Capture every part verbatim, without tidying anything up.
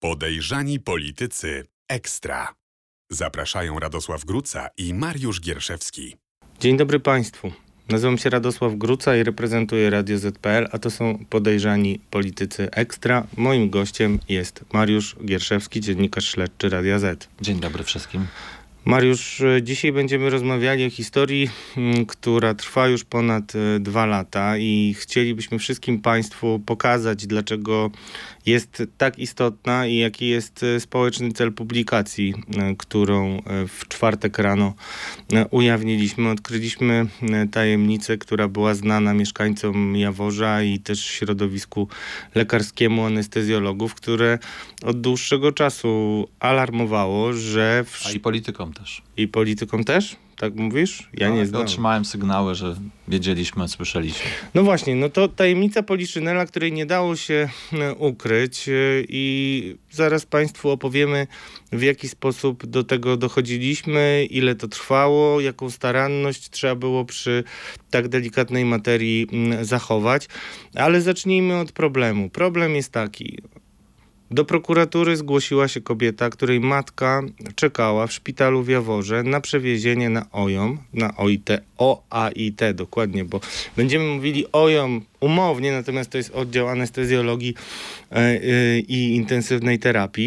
Podejrzani politycy ekstra. Zapraszają Radosław Gruca i Mariusz Gierszewski. Dzień dobry Państwu. Nazywam się Radosław Gruca i reprezentuję Radio Z P L, a to są Podejrzani Politycy Ekstra. Moim gościem jest Mariusz Gierszewski, dziennikarz śledczy Radia Z. Dzień dobry wszystkim. Mariusz, dzisiaj będziemy rozmawiali o historii, która trwa już ponad dwa lata i chcielibyśmy wszystkim Państwu pokazać, dlaczego jest tak istotna i jaki jest społeczny cel publikacji, którą w czwartek rano ujawniliśmy. Odkryliśmy tajemnicę, która była znana mieszkańcom Jaworza i też środowisku lekarskiemu anestezjologów, które od dłuższego czasu alarmowało, że... W... A i politykom też. I politykom też? Tak mówisz? Ja no, nie znam. Otrzymałem sygnały, że wiedzieliśmy, słyszeliśmy. No właśnie, no to tajemnica Poliszynela, której nie dało się ukryć i zaraz Państwu opowiemy, w jaki sposób do tego dochodziliśmy, ile to trwało, jaką staranność trzeba było przy tak delikatnej materii zachować. Ale zacznijmy od problemu. Problem jest taki. Do prokuratury zgłosiła się kobieta, której matka czekała w szpitalu w Jaworze na przewiezienie na O J O M, na O I T, O A I T dokładnie, bo będziemy mówili O J O M umownie, natomiast to jest oddział anestezjologii i intensywnej terapii.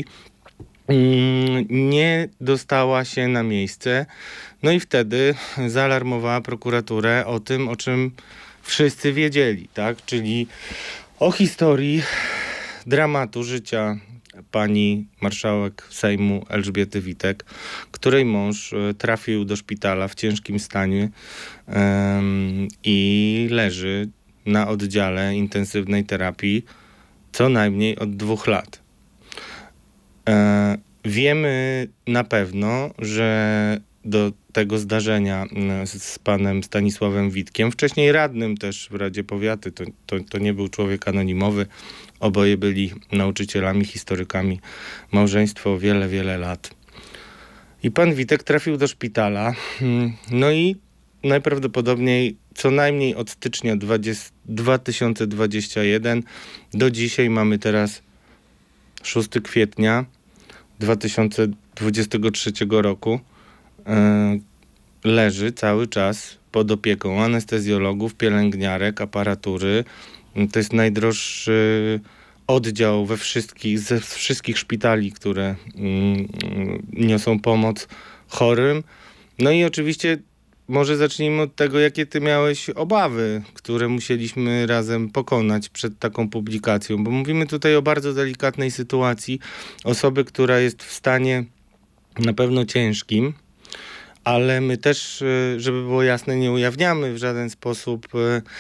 Nie dostała się na miejsce, no i wtedy zaalarmowała prokuraturę o tym, o czym wszyscy wiedzieli, tak, czyli o historii dramatu życia pani marszałek Sejmu Elżbiety Witek, której mąż trafił do szpitala w ciężkim stanie um, i leży na oddziale intensywnej terapii co najmniej od dwóch lat. E, wiemy na pewno, że do tego zdarzenia z, z panem Stanisławem Witkiem, wcześniej radnym też w Radzie Powiatu, to, to, to nie był człowiek anonimowy, oboje byli nauczycielami, historykami, małżeństwo wiele, wiele lat. I pan Witek trafił do szpitala, no i najprawdopodobniej co najmniej od stycznia dwa tysiące dwudziestego pierwszego do dzisiaj, mamy teraz szóstego kwietnia dwa tysiące dwudziestego trzeciego roku, leży cały czas pod opieką anestezjologów, pielęgniarek, aparatury. To jest najdroższy oddział we wszystkich, ze wszystkich szpitali, które mm, niosą pomoc chorym. No i oczywiście może zacznijmy od tego, jakie ty miałeś obawy, które musieliśmy razem pokonać przed taką publikacją, bo mówimy tutaj o bardzo delikatnej sytuacji osoby, która jest w stanie na pewno ciężkim, ale my też, żeby było jasne, nie ujawniamy w żaden sposób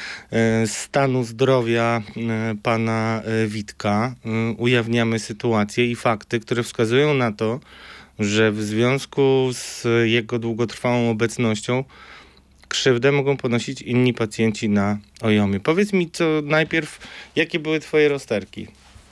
stanu zdrowia pana Witka. Ujawniamy sytuacje i fakty, które wskazują na to, że w związku z jego długotrwałą obecnością krzywdę mogą ponosić inni pacjenci na O J O M-ie. Powiedz mi co najpierw, jakie były twoje rozterki?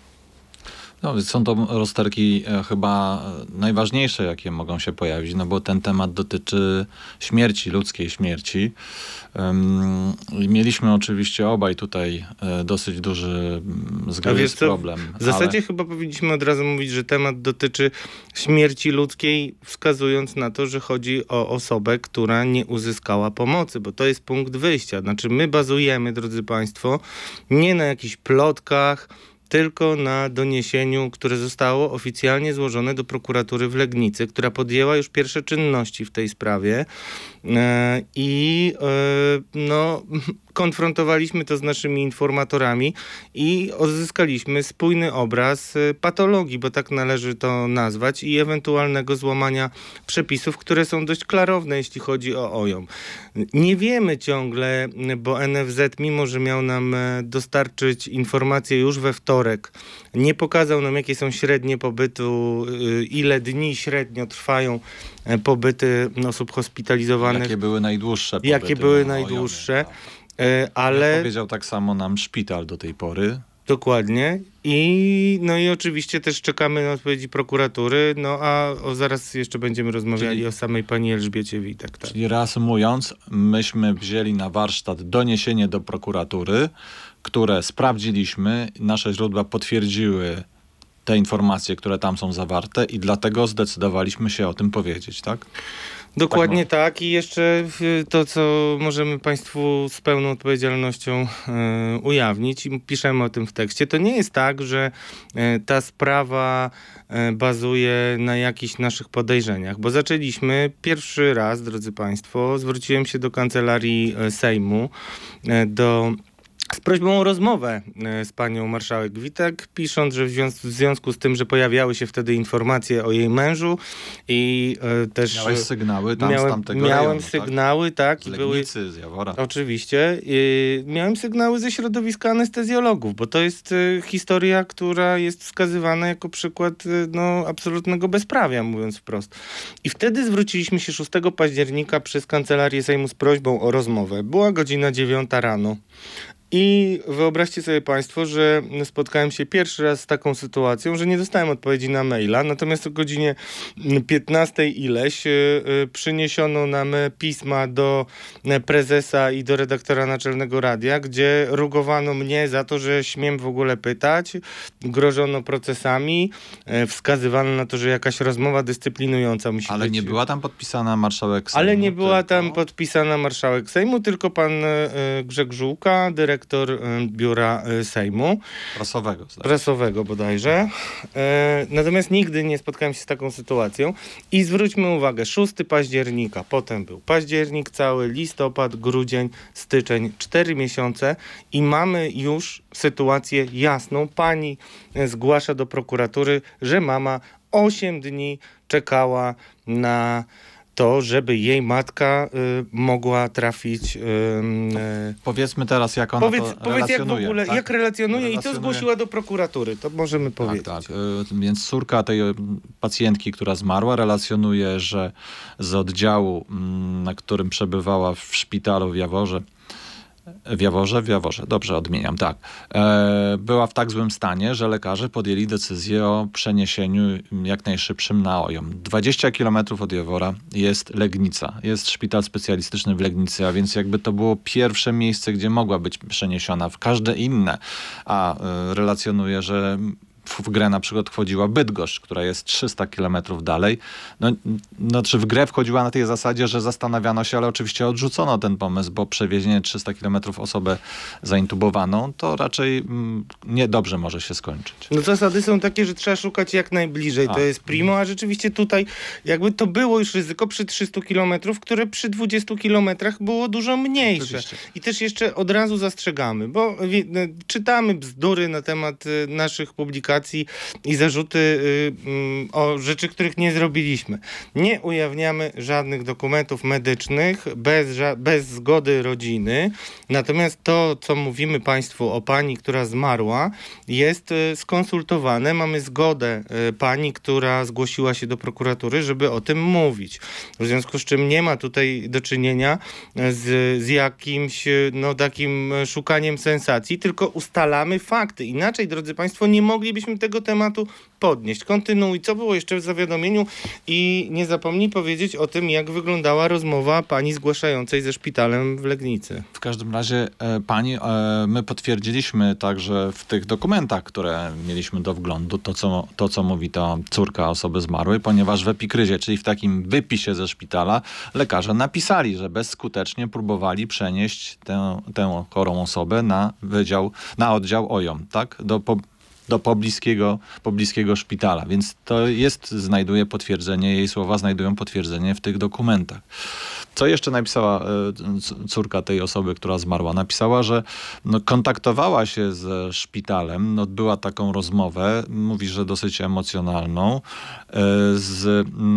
No, są to rozterki e, chyba najważniejsze, jakie mogą się pojawić, no bo ten temat dotyczy śmierci, ludzkiej śmierci. Um, mieliśmy oczywiście obaj tutaj e, dosyć duży zgrzyt problem. W zasadzie ale... chyba powinniśmy od razu mówić, że temat dotyczy śmierci ludzkiej, wskazując na to, że chodzi o osobę, która nie uzyskała pomocy, bo to jest punkt wyjścia. Znaczy my bazujemy, drodzy Państwo, nie na jakichś plotkach, tylko na doniesieniu, które zostało oficjalnie złożone do prokuratury w Legnicy, która podjęła już pierwsze czynności w tej sprawie i no, konfrontowaliśmy to z naszymi informatorami i odzyskaliśmy spójny obraz patologii, bo tak należy to nazwać, i ewentualnego złamania przepisów, które są dość klarowne, jeśli chodzi o O J O M. Nie wiemy ciągle, bo N F Z, mimo że miał nam dostarczyć informacje już we wtorek, nie pokazał nam, jakie są średnie pobytu, ile dni średnio trwają pobyty osób hospitalizowanych. Jakie były najdłuższe pobyty. Jakie były najdłuższe. Ale... Jak powiedział tak samo nam szpital do tej pory. Dokładnie. I no i oczywiście też czekamy na odpowiedzi prokuratury, no a o, zaraz jeszcze będziemy rozmawiali czyli, o samej pani Elżbiecie Witek. Tak. Czyli reasumując, myśmy wzięli na warsztat doniesienie do prokuratury, które sprawdziliśmy, nasze źródła potwierdziły te informacje, które tam są zawarte i dlatego zdecydowaliśmy się o tym powiedzieć, tak? Dokładnie tak, tak. I jeszcze to, co możemy Państwu z pełną odpowiedzialnością e, ujawnić i piszemy o tym w tekście, to nie jest tak, że e, ta sprawa e, bazuje na jakichś naszych podejrzeniach, bo zaczęliśmy pierwszy raz, drodzy Państwo, zwróciłem się do Kancelarii Sejmu, e, do z prośbą o rozmowę z panią marszałek Witek, pisząc, że w związku, w związku z tym, że pojawiały się wtedy informacje o jej mężu i e, też... Miałeś sygnały tam miałem, z tamtego Miałem rejonu, sygnały, tak. tak? Z były, Legnicy, z Jawora. Oczywiście. I miałem sygnały ze środowiska anestezjologów, bo to jest e, historia, która jest wskazywana jako przykład e, no, absolutnego bezprawia, mówiąc wprost. I wtedy zwróciliśmy się szóstego października przez Kancelarię Sejmu z prośbą o rozmowę. Była godzina dziewiąta rano. I wyobraźcie sobie Państwo, że spotkałem się pierwszy raz z taką sytuacją, że nie dostałem odpowiedzi na maila, natomiast o godzinie piętnastej ileś y, y, przyniesiono nam pisma do prezesa i do redaktora naczelnego radia, gdzie rugowano mnie za to, że śmiem w ogóle pytać, grożono procesami, y, wskazywano na to, że jakaś rozmowa dyscyplinująca musi Ale być. nie była tam podpisana marszałek Sejmu? Ale nie była tylko... tam podpisana marszałek Sejmu, tylko pan y, Grzegorz Żółka, dyrektor dyrektor biura Sejmu. Prasowego. Zdaje. Prasowego bodajże. E, natomiast nigdy nie spotkałem się z taką sytuacją. I zwróćmy uwagę, szóstego października, potem był październik cały, listopad, grudzień, styczeń, cztery miesiące i mamy już sytuację jasną. Pani zgłasza do prokuratury, że mama osiem dni czekała na to, żeby jej matka y, mogła trafić... Y, y, Powiedzmy teraz, jak ona powiedz, to powiedz relacjonuje. jak w ogóle, tak? jak relacjonuje, relacjonuje i to zgłosiła do prokuratury, to możemy tak, powiedzieć. tak. Y, więc córka tej pacjentki, która zmarła, relacjonuje, że z oddziału, mm, na którym przebywała w szpitalu w Jaworze, W Jaworze? W Jaworze, dobrze odmieniam, tak. E, była w tak złym stanie, że lekarze podjęli decyzję o przeniesieniu jak najszybszym na Ojom. dwadzieścia kilometrów od Jawora jest Legnica, jest szpital specjalistyczny w Legnicy, a więc jakby to było pierwsze miejsce, gdzie mogła być przeniesiona. W każde inne, a e, relacjonuje, że w grę na przykład wchodziła Bydgoszcz, która jest trzysta kilometrów dalej. No, no, czy w grę wchodziła na tej zasadzie, że zastanawiano się, ale oczywiście odrzucono ten pomysł, bo przewiezienie trzysta kilometrów osobę zaintubowaną, to raczej mm, niedobrze może się skończyć. No zasady są takie, że trzeba szukać jak najbliżej. A. To jest primo, a rzeczywiście tutaj jakby to było już ryzyko przy trzystu kilometrów, które przy dwudziestu kilometrach było dużo mniejsze. Oczywiście. I też jeszcze od razu zastrzegamy, bo wie, czytamy bzdury na temat y, naszych publikacji i zarzuty y, y, o rzeczy, których nie zrobiliśmy. Nie ujawniamy żadnych dokumentów medycznych bez, bez zgody rodziny. Natomiast to, co mówimy Państwu o pani, która zmarła, jest y, skonsultowane. Mamy zgodę y, pani, która zgłosiła się do prokuratury, żeby o tym mówić. W związku z czym nie ma tutaj do czynienia z, z jakimś no, takim szukaniem sensacji, tylko ustalamy fakty. Inaczej, drodzy Państwo, nie moglibyśmy tego tematu podnieść. Kontynuuj. Co było jeszcze w zawiadomieniu i nie zapomnij powiedzieć o tym, jak wyglądała rozmowa pani zgłaszającej ze szpitalem w Legnicy. W każdym razie e, pani, e, my potwierdziliśmy także w tych dokumentach, które mieliśmy do wglądu, to co, to, co mówi ta córka osoby zmarłej, ponieważ w epikryzie, czyli w takim wypisie ze szpitala, lekarze napisali, że bezskutecznie próbowali przenieść tę, tę chorą osobę na wydział, na oddział Ojom, tak? Do po, do pobliskiego, pobliskiego szpitala. Więc to jest, znajduje potwierdzenie, jej słowa znajdują potwierdzenie w tych dokumentach. Co jeszcze napisała y, córka tej osoby, która zmarła? Napisała, że no, kontaktowała się ze szpitalem, odbyła taką rozmowę, mówi, że dosyć emocjonalną, y, z,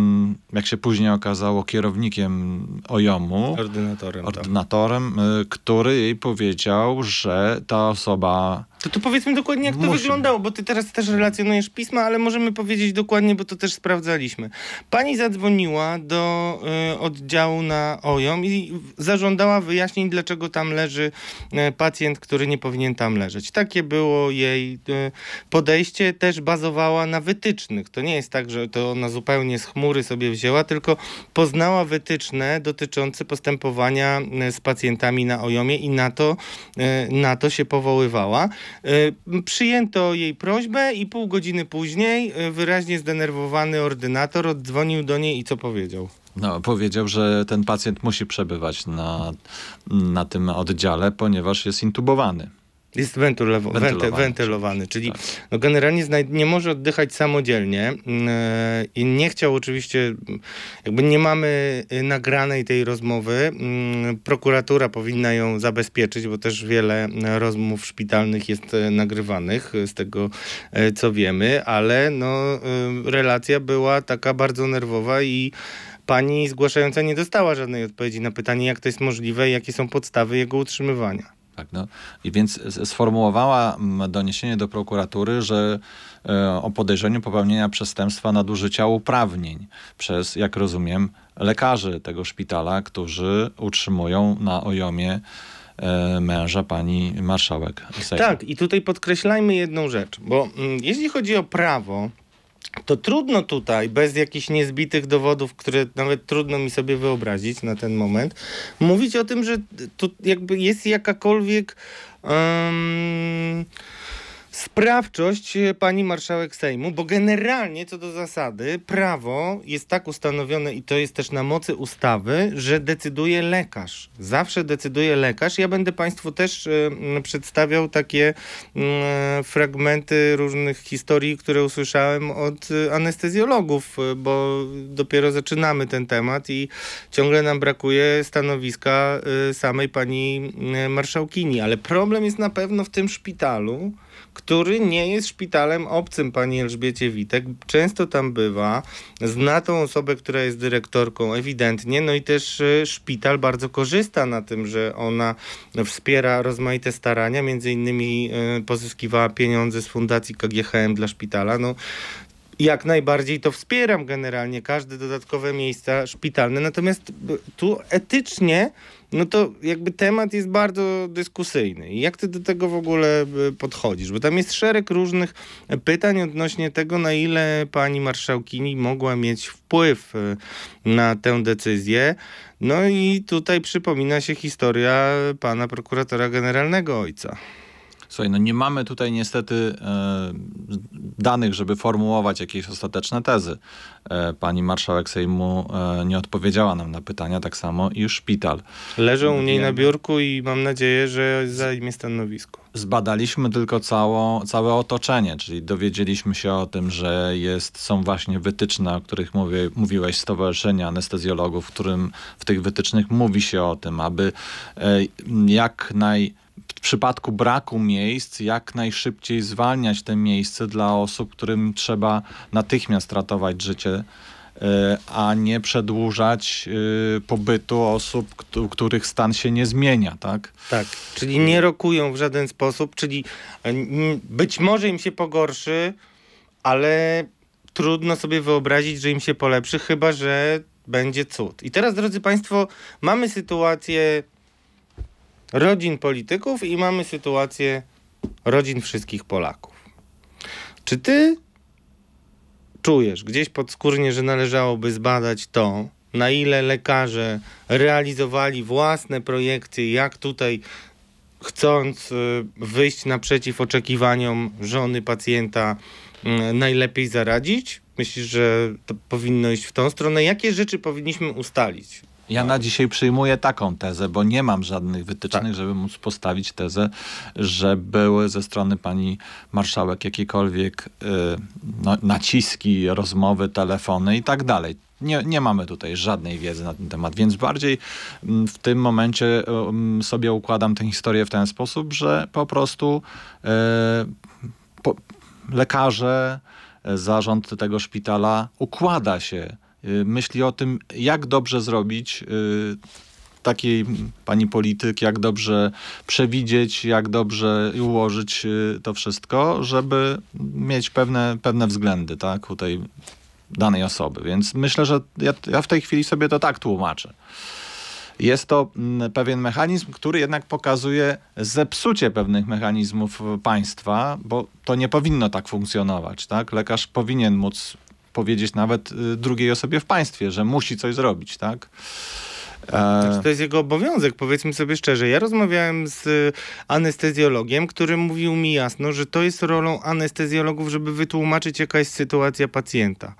y, jak się później okazało, kierownikiem Ojomu, Ordynatorem. ordynatorem y, który jej powiedział, że ta osoba... To tu powiedzmy dokładnie, jak to Musimy. wyglądało, bo ty teraz też relacjonujesz pisma, ale możemy powiedzieć dokładnie, bo to też sprawdzaliśmy. Pani zadzwoniła do y, oddziału na Ojom i zażądała wyjaśnień, dlaczego tam leży y, pacjent, który nie powinien tam leżeć. Takie było jej y, podejście, też bazowała na wytycznych. To nie jest tak, że to ona zupełnie z chmury sobie wzięła, tylko poznała wytyczne dotyczące postępowania y, z pacjentami na Ojomie i na to, y, na to się powoływała. Y, przyjęto jej prośbę i pół godziny później y, wyraźnie zdenerwowany ordynator oddzwonił do niej i co powiedział? No, powiedział, że ten pacjent musi przebywać na, na tym oddziale, ponieważ jest intubowany. Jest wentylowa- Wentylowany. wente- wentylowany, czyli Tak. no generalnie zna- nie może oddychać samodzielnie yy, i nie chciał oczywiście, jakby nie mamy y, nagranej tej rozmowy, yy, prokuratura powinna ją zabezpieczyć, bo też wiele y, rozmów szpitalnych jest y, nagrywanych, y, z tego y, co wiemy, ale no, y, relacja była taka bardzo nerwowa i pani zgłaszająca nie dostała żadnej odpowiedzi na pytanie, jak to jest możliwe i jakie są podstawy jego utrzymywania. Tak, no. I więc s- sformułowała mm, doniesienie do prokuratury, że e, o podejrzeniu popełnienia przestępstwa nadużycia uprawnień przez, jak rozumiem, lekarzy tego szpitala, którzy utrzymują na ojomie e, męża pani marszałek Sejmu. Tak, i tutaj podkreślajmy jedną rzecz, bo mm, jeśli chodzi o prawo, to trudno tutaj, bez jakichś niezbitych dowodów, które nawet trudno mi sobie wyobrazić na ten moment, mówić o tym, że tu jakby jest jakakolwiek um, sprawczość pani marszałek Sejmu, bo generalnie co do zasady prawo jest tak ustanowione i to jest też na mocy ustawy, że decyduje lekarz. Zawsze decyduje lekarz. Ja będę Państwu też y, przedstawiał takie y, fragmenty różnych historii, które usłyszałem od y, anestezjologów, y, bo dopiero zaczynamy ten temat i ciągle nam brakuje stanowiska y, samej pani y, marszałkini. Ale problem jest na pewno w tym szpitalu, który nie jest szpitalem obcym pani Elżbiecie Witek. Często tam bywa, zna tą osobę, która jest dyrektorką ewidentnie, no i też y, szpital bardzo korzysta na tym, że ona wspiera rozmaite starania, między innymi y, pozyskiwała pieniądze z fundacji K G H M dla szpitala. No, jak najbardziej to wspieram generalnie, każde dodatkowe miejsca szpitalne, natomiast b- tu etycznie, no to jakby temat jest bardzo dyskusyjny. I jak ty do tego w ogóle y, podchodzisz? Bo tam jest szereg różnych pytań odnośnie tego, na ile pani marszałkini mogła mieć wpływ y, na tę decyzję. No i tutaj przypomina się historia pana prokuratora generalnego ojca. Słuchaj, no nie mamy tutaj niestety e, danych, żeby formułować jakieś ostateczne tezy. E, pani marszałek Sejmu e, nie odpowiedziała nam na pytania, tak samo i szpital. Leżą u niej Wiemy. na biurku i mam nadzieję, że zajmie stanowisko. Zbadaliśmy tylko cało, całe otoczenie, czyli dowiedzieliśmy się o tym, że jest, są właśnie wytyczne, o których mówi, mówiłeś, Stowarzyszenia Anestezjologów, w którym w tych wytycznych mówi się o tym, aby e, jak naj... w przypadku braku miejsc jak najszybciej zwalniać te miejsce dla osób, którym trzeba natychmiast ratować życie, a nie przedłużać pobytu osób, których stan się nie zmienia, tak? Tak, czyli nie rokują w żaden sposób, czyli mm, być może im się pogorszy, ale trudno sobie wyobrazić, że im się polepszy, chyba że będzie cud. I teraz, drodzy Państwo, mamy sytuację rodzin polityków i mamy sytuację rodzin wszystkich Polaków. Czy ty czujesz gdzieś podskórnie, że należałoby zbadać to, na ile lekarze realizowali własne projekcje, jak tutaj chcąc y, wyjść naprzeciw oczekiwaniom żony pacjenta y, najlepiej zaradzić? Myślisz, że to powinno iść w tą stronę? Jakie rzeczy powinniśmy ustalić? Ja na dzisiaj przyjmuję taką tezę, bo nie mam żadnych wytycznych, Tak. żeby móc postawić tezę, że były ze strony pani marszałek jakiekolwiek y, no, naciski, rozmowy, telefony i tak dalej. Nie, nie mamy tutaj żadnej wiedzy na ten temat, więc bardziej mm, w tym momencie mm, sobie układam tę historię w ten sposób, że po prostu y, po, lekarze, zarząd tego szpitala układa się, myśli o tym, jak dobrze zrobić y, takiej pani polityk, jak dobrze przewidzieć, jak dobrze ułożyć y, to wszystko, żeby mieć pewne, pewne względy, tak, u tej danej osoby. Więc myślę, że ja, ja w tej chwili sobie to tak tłumaczę. Jest to mm, pewien mechanizm, który jednak pokazuje zepsucie pewnych mechanizmów państwa, bo to nie powinno tak funkcjonować, tak? Lekarz powinien móc powiedzieć nawet y, drugiej osobie w państwie, że musi coś zrobić, tak? Znaczy, to jest jego obowiązek, powiedzmy sobie szczerze. Ja rozmawiałem z anestezjologiem, który mówił mi jasno, że to jest rolą anestezjologów, żeby wytłumaczyć, jaka jest sytuacja pacjenta.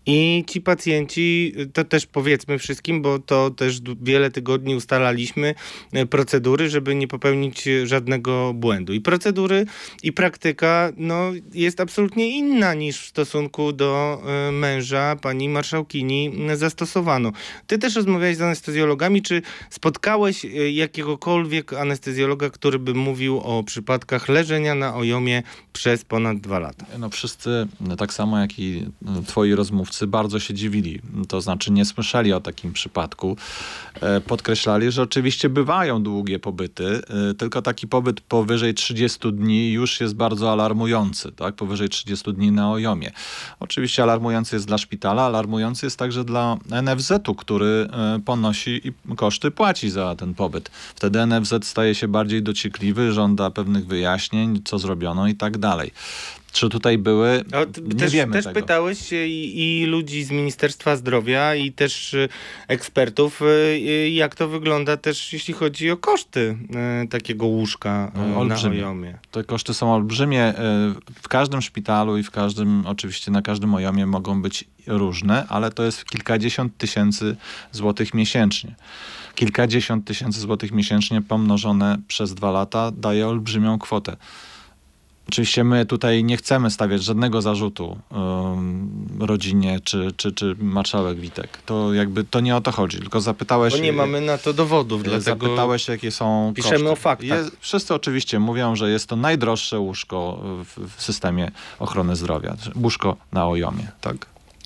I ci pacjenci, to też powiedzmy wszystkim, bo to też wiele tygodni ustalaliśmy procedury, żeby nie popełnić żadnego błędu. I procedury i praktyka no, jest absolutnie inna niż w stosunku do męża pani marszałkini zastosowano. Ty też rozmawiałeś z anestezjologami. Czy spotkałeś jakiegokolwiek anestezjologa, który by mówił o przypadkach leżenia na ojomie przez ponad dwa lata? No wszyscy, tak samo jak i twoi rozmówcy, bardzo się dziwili. To znaczy nie słyszeli o takim przypadku. Podkreślali, że oczywiście bywają długie pobyty, tylko taki pobyt powyżej trzydziestu dni już jest bardzo alarmujący, tak? Powyżej trzydziestu dni na ojomie. Oczywiście alarmujący jest dla szpitala, alarmujący jest także dla en ef zetu, który ponosi i koszty płaci za ten pobyt. Wtedy en ef zet staje się bardziej dociekliwy, żąda pewnych wyjaśnień, co zrobiono i tak dalej. Czy tutaj były? O, nie też, wiemy też tego. pytałeś i, i ludzi z Ministerstwa Zdrowia i też y, ekspertów, y, jak to wygląda też jeśli chodzi o koszty y, takiego łóżka y, na Olbrzymie. ojomie. Te koszty są olbrzymie. W każdym szpitalu i w każdym, oczywiście na każdym ojomie mogą być różne, ale to jest kilkadziesiąt tysięcy złotych miesięcznie. Kilkadziesiąt tysięcy złotych miesięcznie pomnożone przez dwa lata daje olbrzymią kwotę. Oczywiście my tutaj nie chcemy stawiać żadnego zarzutu um, rodzinie czy, czy, czy marszałek Witek. To jakby to nie o to chodzi, tylko zapytałeś... Bo nie mamy na to dowodów, dlatego zapytałeś, jakie są piszemy koszty. o faktach. Jest, wszyscy oczywiście mówią, że jest to najdroższe łóżko w, w systemie ochrony zdrowia. Łóżko na ojomie, tak?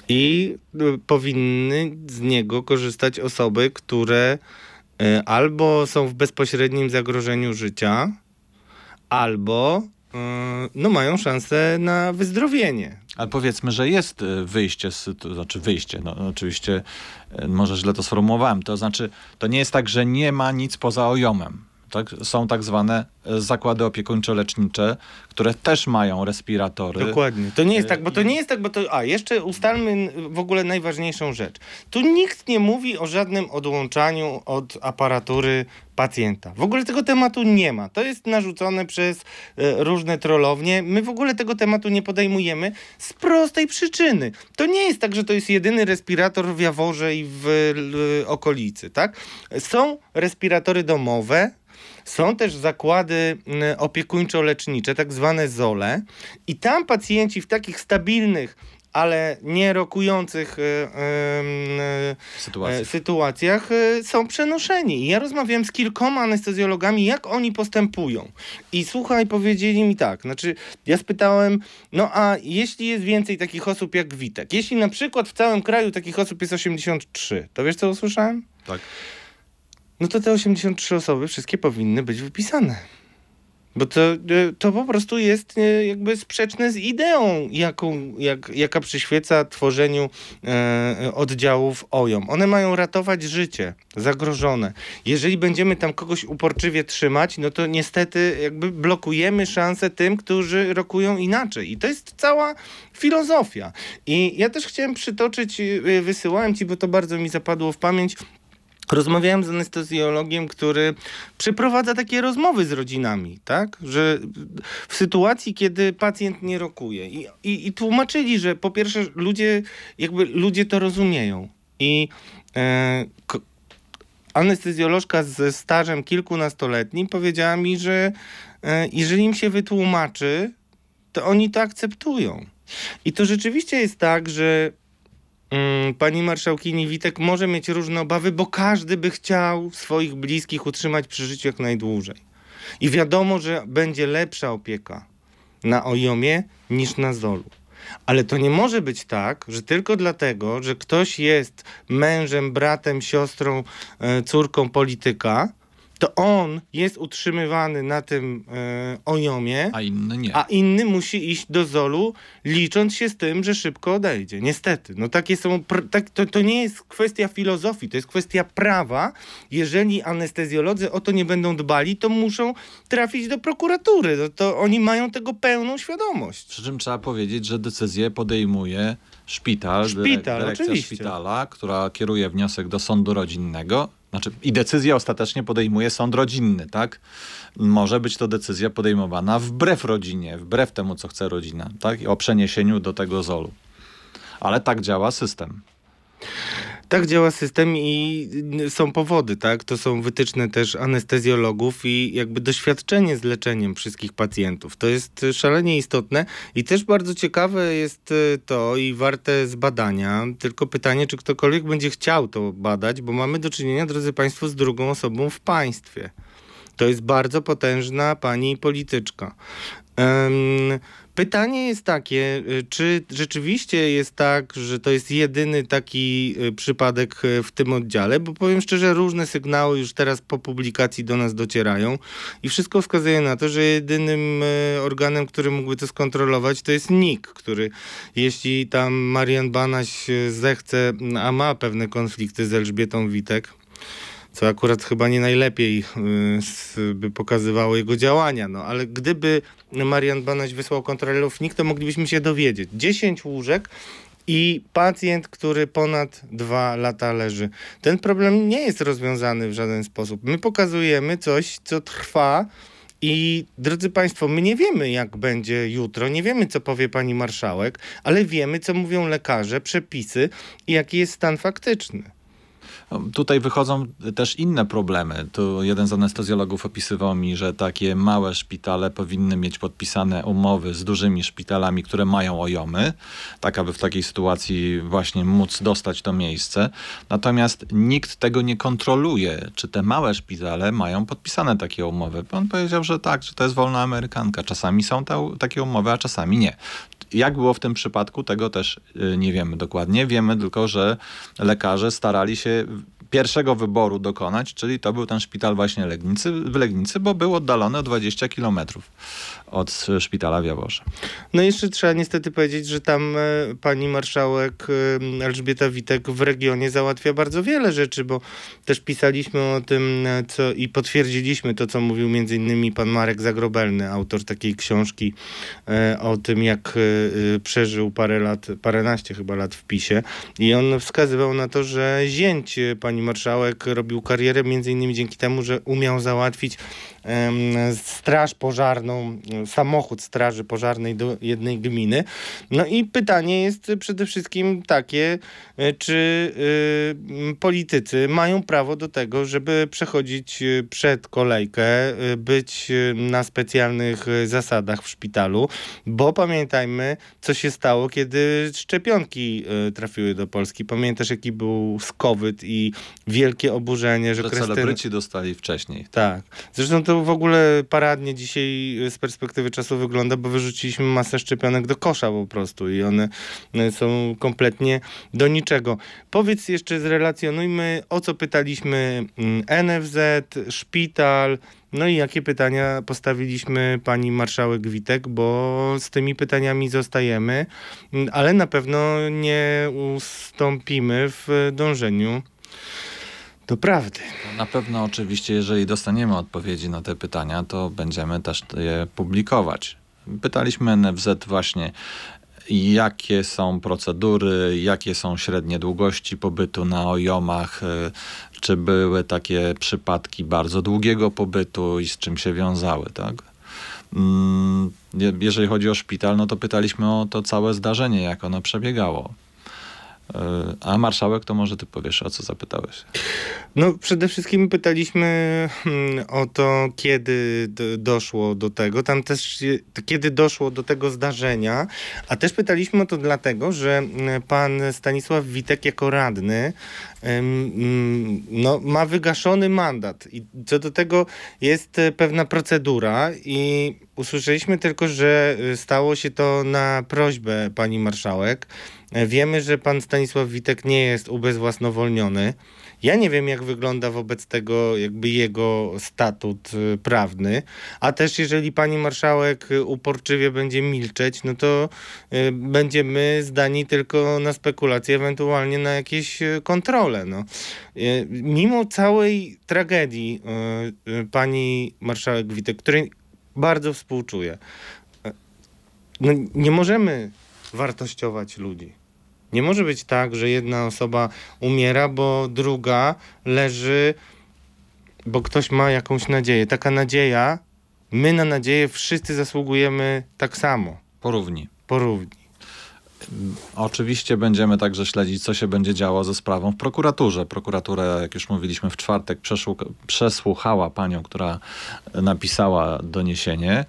I y, powinny z niego korzystać osoby, które y, albo są w bezpośrednim zagrożeniu życia, albo no mają szansę na wyzdrowienie. Ale powiedzmy, że jest wyjście, z, to znaczy wyjście, no oczywiście może źle to sformułowałem, to znaczy to nie jest tak, że nie ma nic poza ojomem. Tak? Są tak zwane zakłady opiekuńczo-lecznicze, które też mają respiratory. Dokładnie. To nie jest tak, bo to nie jest tak, bo to... A, jeszcze ustalmy w ogóle najważniejszą rzecz. Tu nikt nie mówi o żadnym odłączaniu od aparatury pacjenta. W ogóle tego tematu nie ma. To jest narzucone przez e, różne trollownie. My w ogóle tego tematu nie podejmujemy z prostej przyczyny. To nie jest tak, że to jest jedyny respirator w Jaworze i w, w okolicy, tak? Są respiratory domowe, są też zakłady opiekuńczo-lecznicze, tak zwane zole, i tam pacjenci w takich stabilnych, ale nie rokujących e, e, Sytuacjach. sytuacjach e, są przenoszeni. I ja rozmawiałem z kilkoma anestezjologami, jak oni postępują. I słuchaj, powiedzieli mi tak, znaczy ja spytałem, no a jeśli jest więcej takich osób jak Witek, jeśli na przykład w całym kraju takich osób jest osiemdziesiąt trzy, to wiesz co usłyszałem? Tak. No to te osiemdziesiąt trzy osoby wszystkie powinny być wypisane. Bo to, to po prostu jest jakby sprzeczne z ideą, jaką, jak, jaka przyświeca tworzeniu e, oddziałów O J O M. One mają ratować życie zagrożone. Jeżeli będziemy tam kogoś uporczywie trzymać, no to niestety jakby blokujemy szansę tym, którzy rokują inaczej. I to jest cała filozofia. I ja też chciałem przytoczyć, wysyłałem ci, bo to bardzo mi zapadło w pamięć. Rozmawiałem z anestezjologiem, który przeprowadza takie rozmowy z rodzinami, tak? Że w sytuacji, kiedy pacjent nie rokuje. I, i, i tłumaczyli, że po pierwsze ludzie, jakby ludzie to rozumieją. I e, k- anestezjolożka ze stażem kilkunastoletnim powiedziała mi, że e, jeżeli im się wytłumaczy, to oni to akceptują. I to rzeczywiście jest tak, że pani marszałkini Witek może mieć różne obawy, bo każdy by chciał swoich bliskich utrzymać przy życiu jak najdłużej. I wiadomo, że będzie lepsza opieka na O J O M-ie niż na Zolu. Ale to nie może być tak, że tylko dlatego, że ktoś jest mężem, bratem, siostrą, córką polityka, to on jest utrzymywany na tym e, O J O M-ie, a inny nie. A inny musi iść do Zolu, licząc się z tym, że szybko odejdzie. Niestety. No takie są, pr- tak, to, to nie jest kwestia filozofii, to jest kwestia prawa. Jeżeli anestezjolodzy o to nie będą dbali, to muszą trafić do prokuratury. To, to oni mają tego pełną świadomość. Przy czym trzeba powiedzieć, że decyzję podejmuje szpital, Szpital, dyrek- dyrekcja oczywiście. szpitala, która kieruje wniosek do sądu rodzinnego znaczy i decyzję ostatecznie podejmuje sąd rodzinny, tak? Może być to decyzja podejmowana wbrew rodzinie, wbrew temu, co chce rodzina, tak? I o przeniesieniu do tego zolu. Ale tak działa system. Tak działa system i są powody, tak? To są wytyczne też anestezjologów i jakby doświadczenie z leczeniem wszystkich pacjentów. To jest szalenie istotne i też bardzo ciekawe jest to i warte zbadania. Tylko pytanie, czy ktokolwiek będzie chciał to badać, bo mamy do czynienia, drodzy Państwo, z drugą osobą w państwie. To jest bardzo potężna pani polityczka. Um, Pytanie jest takie, czy rzeczywiście jest tak, że to jest jedyny taki przypadek w tym oddziale, bo powiem szczerze, różne sygnały już teraz po publikacji do nas docierają i wszystko wskazuje na to, że jedynym organem, który mógłby to skontrolować, to jest N I K, który jeśli tam Marian Banaś zechce, a ma pewne konflikty z Elżbietą Witek, co akurat chyba nie najlepiej y, by pokazywało jego działania. No, ale gdyby Marian Banaś wysłał kontrolerów N I K, to moglibyśmy się dowiedzieć. dziesięć łóżek i pacjent, który ponad dwa lata leży. Ten problem nie jest rozwiązany w żaden sposób. My pokazujemy coś, co trwa i drodzy Państwo, my nie wiemy, jak będzie jutro, nie wiemy, co powie pani marszałek, ale wiemy, co mówią lekarze, przepisy i jaki jest stan faktyczny. Tutaj wychodzą też inne problemy. Tu jeden z anestezjologów opisywał mi, że takie małe szpitale powinny mieć podpisane umowy z dużymi szpitalami, które mają ojomy, tak aby w takiej sytuacji właśnie móc dostać to miejsce. Natomiast nikt tego nie kontroluje, czy te małe szpitale mają podpisane takie umowy. On powiedział, że tak, że to jest wolna amerykanka. Czasami są te, takie umowy, a czasami nie. Jak było w tym przypadku, tego też nie wiemy dokładnie. Wiemy tylko, że lekarze starali się pierwszego wyboru dokonać, czyli to był ten szpital właśnie Legnicy, w Legnicy, bo był oddalony o dwadzieścia kilometrów od szpitala w Jaworze. No i jeszcze trzeba niestety powiedzieć, że tam e, pani marszałek e, Elżbieta Witek w regionie załatwia bardzo wiele rzeczy, bo też pisaliśmy o tym, co i potwierdziliśmy to, co mówił między innymi pan Marek Zagrobelny, autor takiej książki e, o tym, jak e, przeżył parę lat, paręnaście chyba lat w PiSie i on wskazywał na to, że zięć pani marszałek robił karierę między innymi dzięki temu, że umiał załatwić e, straż pożarną, samochód straży pożarnej do jednej gminy. No i pytanie jest przede wszystkim takie, czy y, politycy mają prawo do tego, żeby przechodzić przed kolejkę, y, być na specjalnych zasadach w szpitalu, bo pamiętajmy, co się stało, kiedy szczepionki y, trafiły do Polski. Pamiętasz, jaki był COVID i wielkie oburzenie, że, że Krystyna... celebryci dostali wcześniej. Tak. Zresztą to w ogóle paradnie dzisiaj z perspektywy czasu wygląda, bo wyrzuciliśmy masę szczepionek do kosza po prostu i one są kompletnie do niczego. Powiedz jeszcze, zrelacjonujmy, o co pytaliśmy N F Z, szpital, no i jakie pytania postawiliśmy pani marszałek Witek, bo z tymi pytaniami zostajemy, ale na pewno nie ustąpimy w dążeniu do prawdy. Na pewno oczywiście, jeżeli dostaniemy odpowiedzi na te pytania, to będziemy też je publikować. Pytaliśmy N F Z właśnie, jakie są procedury, jakie są średnie długości pobytu na ojomach, czy były takie przypadki bardzo długiego pobytu i z czym się wiązały, tak? Jeżeli chodzi o szpital, no to pytaliśmy o to całe zdarzenie, jak ono przebiegało. A marszałek, to może ty powiesz, o co zapytałeś? No przede wszystkim pytaliśmy hmm, o to, kiedy d- doszło do tego, tam też kiedy doszło do tego zdarzenia, a też pytaliśmy o to dlatego, że pan Stanisław Witek jako radny hmm, no, ma wygaszony mandat i co do tego jest pewna procedura i usłyszeliśmy tylko, że stało się to na prośbę pani marszałek. Wiemy, że pan Stanisław Witek nie jest ubezwłasnowolniony. Ja nie wiem, jak wygląda wobec tego jakby jego statut y, prawny, a też jeżeli pani marszałek uporczywie będzie milczeć, no to y, będziemy zdani tylko na spekulacje, ewentualnie na jakieś y, kontrole. No. Y, mimo całej tragedii y, y, pani marszałek Witek, której bardzo współczuję, y, no, nie możemy wartościować ludzi. Nie może być tak, że jedna osoba umiera, bo druga leży, bo ktoś ma jakąś nadzieję. Taka nadzieja, my na nadzieję wszyscy zasługujemy tak samo. Porówni. Porówni. Oczywiście będziemy także śledzić, co się będzie działo ze sprawą w prokuraturze. Prokuratura, jak już mówiliśmy w czwartek, przesłuchała panią, która napisała doniesienie.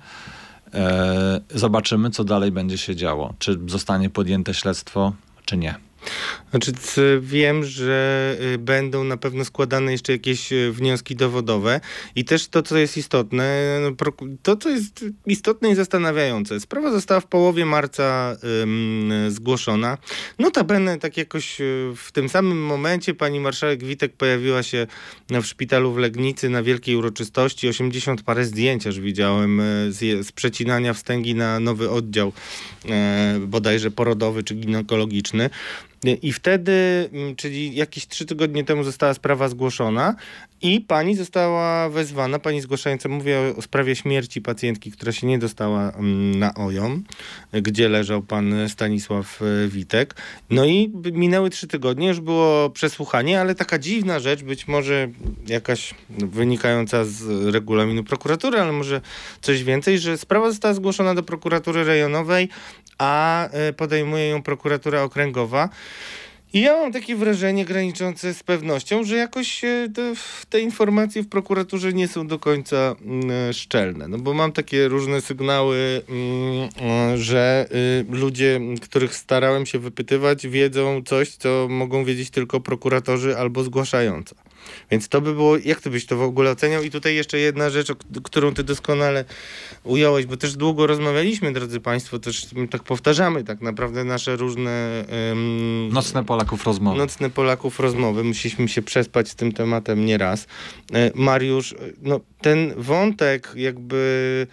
E, zobaczymy, co dalej będzie się działo. Czy zostanie podjęte śledztwo, czy nie. Znaczy, wiem, że będą na pewno składane jeszcze jakieś wnioski dowodowe i też to, co jest istotne, to, co jest istotne i zastanawiające. Sprawa została w połowie marca um, zgłoszona. Notabene, tak jakoś w tym samym momencie pani marszałek Witek pojawiła się w szpitalu w Legnicy na wielkiej uroczystości. osiemdziesiąt parę zdjęć już widziałem z, z przecinania wstęgi na nowy oddział, e, bodajże porodowy czy ginekologiczny. I wtedy, czyli jakieś trzy tygodnie temu została sprawa zgłoszona i pani została wezwana, pani zgłaszająca, mówię o, o sprawie śmierci pacjentki, która się nie dostała na O J O M, gdzie leżał pan Stanisław Witek. No i minęły trzy tygodnie, już było przesłuchanie, ale taka dziwna rzecz, być może jakaś wynikająca z regulaminu prokuratury, ale może coś więcej, że sprawa została zgłoszona do prokuratury rejonowej, a podejmuje ją prokuratura okręgowa. I ja mam takie wrażenie graniczące z pewnością, że jakoś te, te informacje w prokuraturze nie są do końca mm, szczelne. No bo mam takie różne sygnały, mm, że y, ludzie, których starałem się wypytywać, wiedzą coś, co mogą wiedzieć tylko prokuratorzy albo zgłaszająca. Więc to by było, jak ty byś to w ogóle oceniał? I tutaj jeszcze jedna rzecz, o którą ty doskonale ująłeś, bo też długo rozmawialiśmy, drodzy państwo, też tak powtarzamy tak naprawdę nasze różne... Um, Nocne Polaków rozmowy. Nocne Polaków rozmowy. Musieliśmy się przespać z tym tematem nieraz. E, Mariusz, no ten wątek jakby...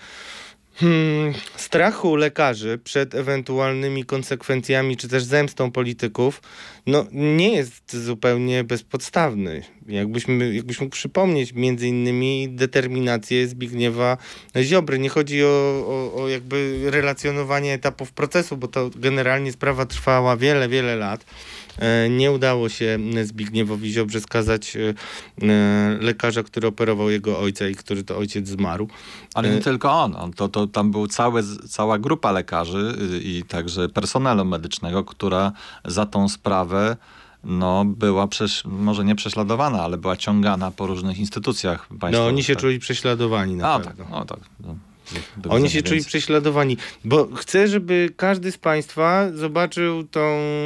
Hmm, strachu lekarzy przed ewentualnymi konsekwencjami, czy też zemstą polityków, no nie jest zupełnie bezpodstawny. Jakbyśmy, jakbyś mógł przypomnieć między innymi determinację Zbigniewa Ziobry. Nie chodzi o, o, o jakby relacjonowanie etapów procesu, bo to generalnie sprawa trwała wiele, wiele lat. Nie udało się Zbigniewowi Ziobrze skazać lekarza, który operował jego ojca i który to ojciec zmarł. Ale nie tylko on. on to, to, tam była cała grupa lekarzy i także personelu medycznego, która za tą sprawę no, była przesz- może nie prześladowana, ale była ciągana po różnych instytucjach państwowych. No oni się tak. czuli prześladowani na A, pewno. tak, no tak. No. Oni się czuli prześladowani, bo chcę, żeby każdy z państwa zobaczył tą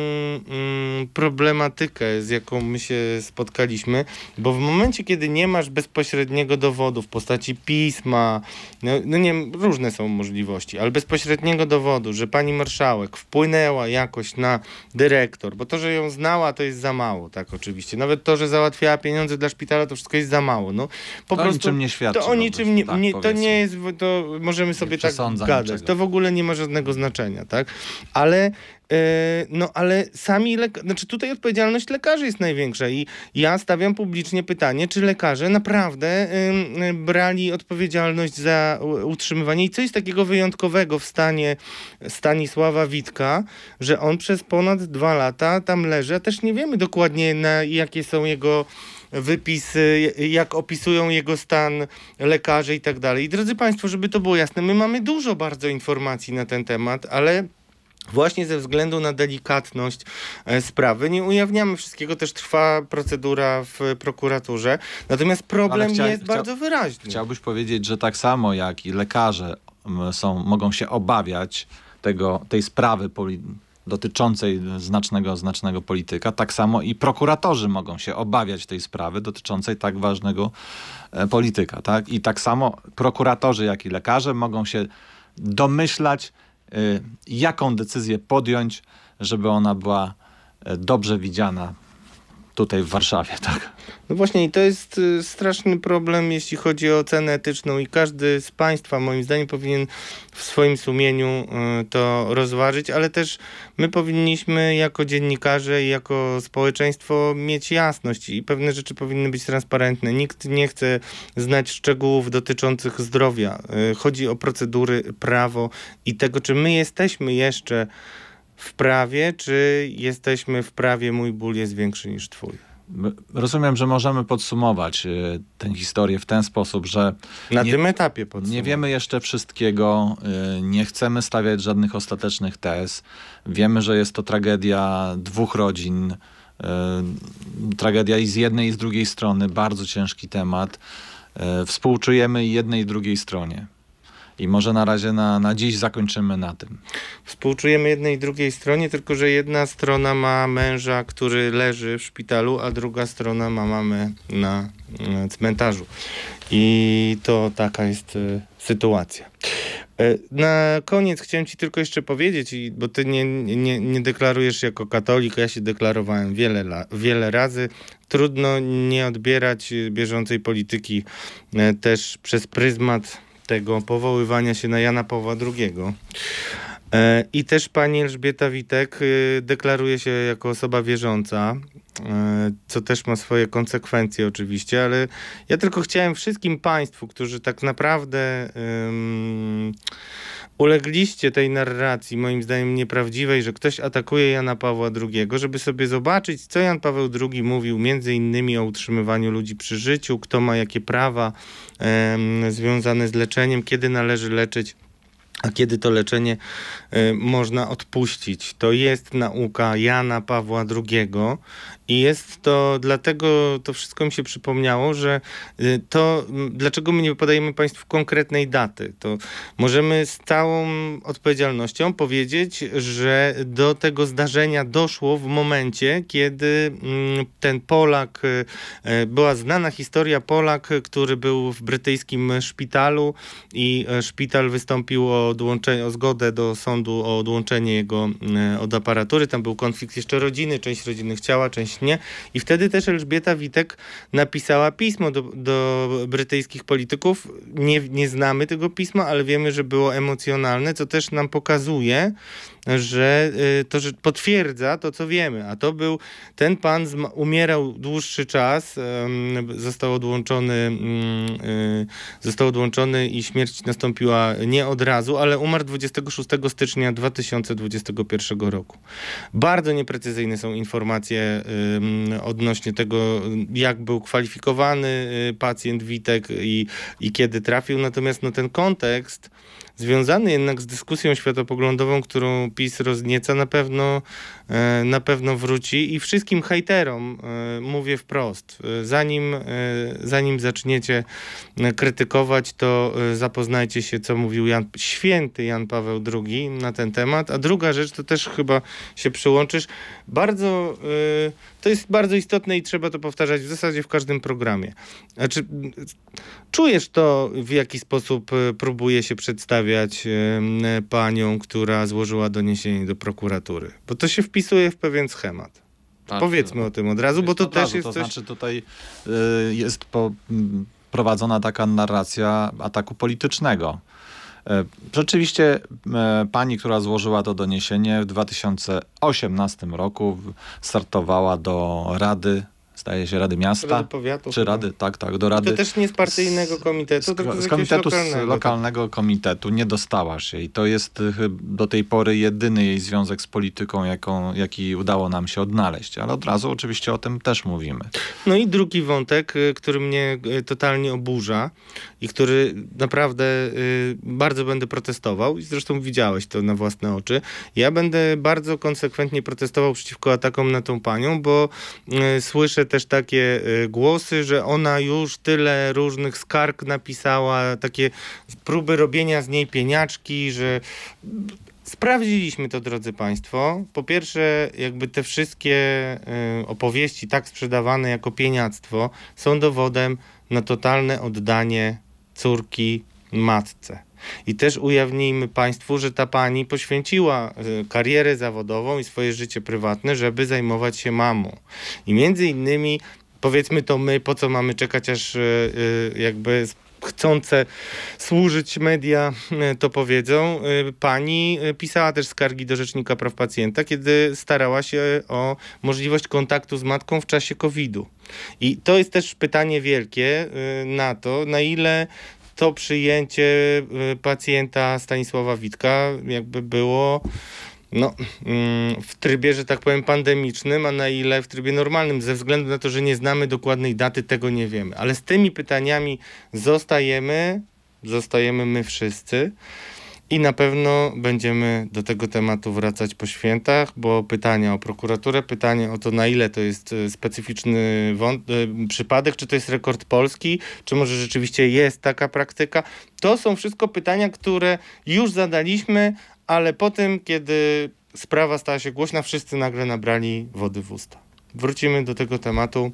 mm, problematykę, z jaką my się spotkaliśmy, bo w momencie, kiedy nie masz bezpośredniego dowodu w postaci pisma, no, no nie, różne są możliwości, ale bezpośredniego dowodu, że pani marszałek wpłynęła jakoś na dyrektor, bo to, że ją znała, to jest za mało, tak oczywiście. Nawet to, że załatwiała pieniądze dla szpitala, to wszystko jest za mało. No, po to prostu, o niczym nie świadczy. To o niczym nie, tak, nie to nie jest, to możemy sobie tak gadać. Niczego. To w ogóle nie ma żadnego znaczenia, tak? Ale yy, no ale sami lekarze, znaczy tutaj odpowiedzialność lekarzy jest największa i ja stawiam publicznie pytanie, czy lekarze naprawdę yy, brali odpowiedzialność za utrzymywanie i co jest takiego wyjątkowego w stanie Stanisława Witka, że on przez ponad dwa lata tam leży, a też nie wiemy dokładnie na jakie są jego wypisy, jak opisują jego stan lekarze i tak dalej. I drodzy państwo, żeby to było jasne, my mamy dużo bardzo informacji na ten temat, ale właśnie ze względu na delikatność e, sprawy nie ujawniamy wszystkiego, też trwa procedura w prokuraturze. Natomiast problem chcia, jest chcia, bardzo wyraźny. Chciałbyś powiedzieć, że tak samo jak i lekarze są, mogą się obawiać tego, tej sprawy poli- dotyczącej znacznego, znacznego polityka, tak samo i prokuratorzy mogą się obawiać tej sprawy dotyczącej tak ważnego e, polityka. Tak? I tak samo prokuratorzy, jak i lekarze mogą się domyślać, e, jaką decyzję podjąć, żeby ona była e, dobrze widziana tutaj w Warszawie, tak? No właśnie i to jest y, straszny problem, jeśli chodzi o ocenę etyczną i każdy z państwa moim zdaniem powinien w swoim sumieniu y, to rozważyć, ale też my powinniśmy jako dziennikarze i jako społeczeństwo mieć jasność i pewne rzeczy powinny być transparentne. Nikt nie chce znać szczegółów dotyczących zdrowia. Y, chodzi o procedury, prawo i tego, czy my jesteśmy jeszcze w prawie, czy jesteśmy w prawie mój ból jest większy niż twój? Rozumiem, że możemy podsumować y, tę historię w ten sposób, że Na nie, tym etapie podsumować. nie wiemy jeszcze wszystkiego, y, nie chcemy stawiać żadnych ostatecznych tez. Wiemy, że jest to tragedia dwóch rodzin, y, tragedia i z jednej i z drugiej strony, bardzo ciężki temat. Y, współczujemy jednej i drugiej stronie. I może na razie na, na dziś zakończymy na tym. Współczujemy jednej i drugiej stronie, tylko że jedna strona ma męża, który leży w szpitalu, a druga strona ma mamę na, na cmentarzu. I to taka jest y, sytuacja. Y, na koniec chciałem ci tylko jeszcze powiedzieć, i, bo ty nie, nie, nie deklarujesz się jako katolik, ja się deklarowałem wiele, la, wiele razy. Trudno nie odbierać bieżącej polityki y, też przez pryzmat tego powoływania się na Jana Pawła drugiego. E, I też pani Elżbieta Witek e, deklaruje się jako osoba wierząca, e, co też ma swoje konsekwencje oczywiście, ale ja tylko chciałem wszystkim państwu, którzy tak naprawdę um, ulegliście tej narracji, moim zdaniem nieprawdziwej, że ktoś atakuje Jana Pawła drugiego, żeby sobie zobaczyć, co Jan Paweł drugi mówił między innymi o utrzymywaniu ludzi przy życiu, kto ma jakie prawa um, związane z leczeniem, kiedy należy leczyć, a kiedy to leczenie y, można odpuścić. To jest nauka Jana Pawła drugiego i jest to, dlatego to wszystko mi się przypomniało, że y, to, m, dlaczego my nie podajemy państwu konkretnej daty, to możemy z całą odpowiedzialnością powiedzieć, że do tego zdarzenia doszło w momencie, kiedy y, ten Polak, y, y, była znana historia, Polak, który był w brytyjskim szpitalu i y, szpital wystąpił o odłączenie, o zgodę do sądu o odłączenie jego y, od aparatury. Tam był konflikt jeszcze rodziny, część rodziny chciała, część nie. I wtedy też Elżbieta Witek napisała pismo do, do brytyjskich polityków. Nie, nie znamy tego pisma, ale wiemy, że było emocjonalne, co też nam pokazuje, że y, to, że potwierdza to, co wiemy. A to był, ten pan zma- umierał dłuższy czas, y, został odłączony, y, y, został odłączony i śmierć nastąpiła nie od razu, ale umarł dwudziestego szóstego stycznia dwa tysiące dwudziestego pierwszego roku. Bardzo nieprecyzyjne są informacje y, odnośnie tego, jak był kwalifikowany y, pacjent Witek i, i kiedy trafił. Natomiast no, ten kontekst związany jednak z dyskusją światopoglądową, którą PiS roznieca, na pewno, e, na pewno wróci i wszystkim hejterom e, mówię wprost, e, zanim, e, zanim zaczniecie krytykować, to e, zapoznajcie się, co mówił Jan, święty Jan Paweł drugi na ten temat, a druga rzecz, to też chyba się przyłączysz, bardzo, e, to jest bardzo istotne i trzeba to powtarzać w zasadzie w każdym programie. Znaczy, czujesz to, w jaki sposób próbuje się przedstawiać panią, która złożyła doniesienie do prokuratury. Bo to się wpisuje w pewien schemat. Tak, Powiedzmy to, o tym od razu, bo to też razu, jest to coś... znaczy tutaj y, jest po, m, prowadzona taka narracja ataku politycznego. Y, rzeczywiście y, pani, która złożyła to doniesienie w dwa tysiące osiemnastym roku startowała do Rady, zdaje się, Rady Miasta, Rady Powiatu, czy chyba. Rady, tak, tak, do Rady. I to też nie z partyjnego komitetu, z, tylko z, z komitetu lokalnego, z lokalnego komitetu nie dostała się i to jest do tej pory jedyny jej związek z polityką, jaką, jaki udało nam się odnaleźć, ale od razu oczywiście o tym też mówimy. No i drugi wątek, który mnie totalnie oburza i który naprawdę y, bardzo będę protestował i zresztą widziałeś to na własne oczy. Ja będę bardzo konsekwentnie protestował przeciwko atakom na tą panią, bo y, słyszę też takie y, głosy, że ona już tyle różnych skarg napisała, takie próby robienia z niej pieniaczki, że sprawdziliśmy to, drodzy państwo. Po pierwsze, jakby te wszystkie y, opowieści tak sprzedawane jako pieniactwo są dowodem na totalne oddanie córki matce. I też ujawnijmy państwu, że ta pani poświęciła y, karierę zawodową i swoje życie prywatne, żeby zajmować się mamą. I między innymi, powiedzmy to my, po co mamy czekać, aż y, y, jakby chcące służyć media to powiedzą. Pani pisała też skargi do Rzecznika Praw Pacjenta, kiedy starała się o możliwość kontaktu z matką w czasie kowida. I to jest też pytanie wielkie na to, na ile to przyjęcie pacjenta Stanisława Witka jakby było no, w trybie, że tak powiem, pandemicznym, a na ile w trybie normalnym. Ze względu na to, że nie znamy dokładnej daty, tego nie wiemy. Ale z tymi pytaniami zostajemy, zostajemy my wszyscy i na pewno będziemy do tego tematu wracać po świętach, bo pytania o prokuraturę, pytanie o to, na ile to jest specyficzny wąt- przypadek, czy to jest rekord polski, czy może rzeczywiście jest taka praktyka. To są wszystko pytania, które już zadaliśmy, ale po tym, kiedy sprawa stała się głośna, wszyscy nagle nabrali wody w usta. Wrócimy do tego tematu.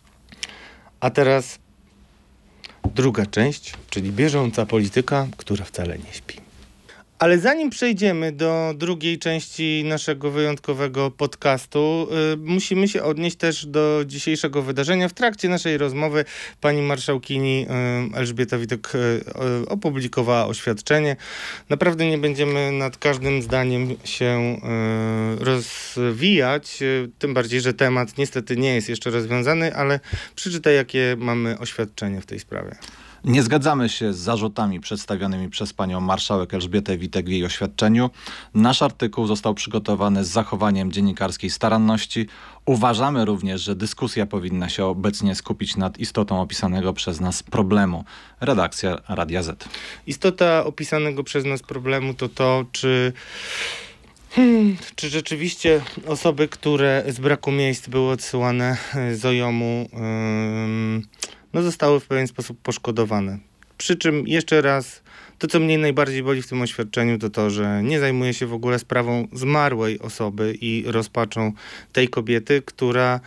A teraz druga część, czyli bieżąca polityka, która wcale nie śpi. Ale zanim przejdziemy do drugiej części naszego wyjątkowego podcastu, y, musimy się odnieść też do dzisiejszego wydarzenia. W trakcie naszej rozmowy pani marszałkini y, Elżbieta Witek y, y, opublikowała oświadczenie. Naprawdę nie będziemy nad każdym zdaniem się y, rozwijać, y, tym bardziej, że temat niestety nie jest jeszcze rozwiązany, ale przeczytaj, jakie mamy oświadczenie w tej sprawie. Nie zgadzamy się z zarzutami przedstawionymi przez panią marszałek Elżbietę Witek w jej oświadczeniu. Nasz artykuł został przygotowany z zachowaniem dziennikarskiej staranności. Uważamy również, że dyskusja powinna się obecnie skupić nad istotą opisanego przez nas problemu. Redakcja Radia Z. Istota opisanego przez nas problemu to to, czy... Hmm, czy rzeczywiście osoby, które z braku miejsc były odsyłane z O J O M-u, ym, no zostały w pewien sposób poszkodowane. Przy czym jeszcze raz, to co mnie najbardziej boli w tym oświadczeniu, to to, że nie zajmuje się w ogóle sprawą zmarłej osoby i rozpaczą tej kobiety, która...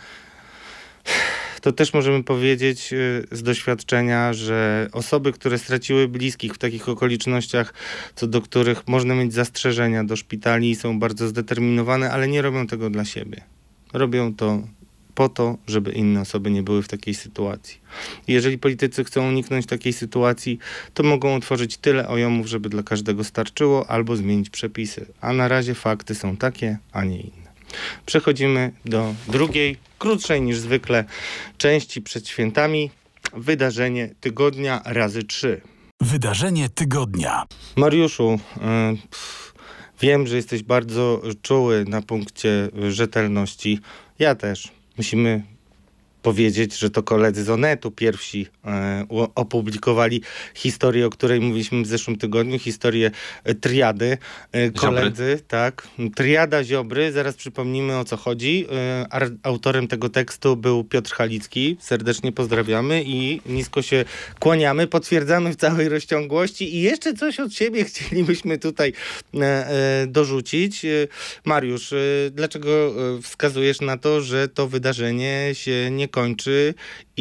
To też możemy powiedzieć z doświadczenia, że osoby, które straciły bliskich w takich okolicznościach, co do których można mieć zastrzeżenia do szpitali, są bardzo zdeterminowane, ale nie robią tego dla siebie. Robią to po to, żeby inne osoby nie były w takiej sytuacji. Jeżeli politycy chcą uniknąć takiej sytuacji, to mogą otworzyć tyle O J O M-ów, żeby dla każdego starczyło, albo zmienić przepisy. A na razie fakty są takie, a nie inne. Przechodzimy do drugiej, krótszej niż zwykle części przed świętami. Wydarzenie tygodnia razy trzy. Wydarzenie tygodnia. Mariuszu, yy, pff, wiem, że jesteś bardzo czuły na punkcie rzetelności. Ja też. Musimy powiedzieć, że to koledzy z Onetu pierwsi e, opublikowali historię, o której mówiliśmy w zeszłym tygodniu, historię e, triady. E, koledzy, Ziobry. tak. Triada Ziobry, zaraz przypomnimy, o co chodzi. E, ar, autorem tego tekstu był Piotr Halicki. Serdecznie pozdrawiamy i nisko się kłaniamy, potwierdzamy w całej rozciągłości i jeszcze coś od siebie chcielibyśmy tutaj e, e, dorzucić. E, Mariusz, e, dlaczego e, wskazujesz na to, że to wydarzenie się nie kończy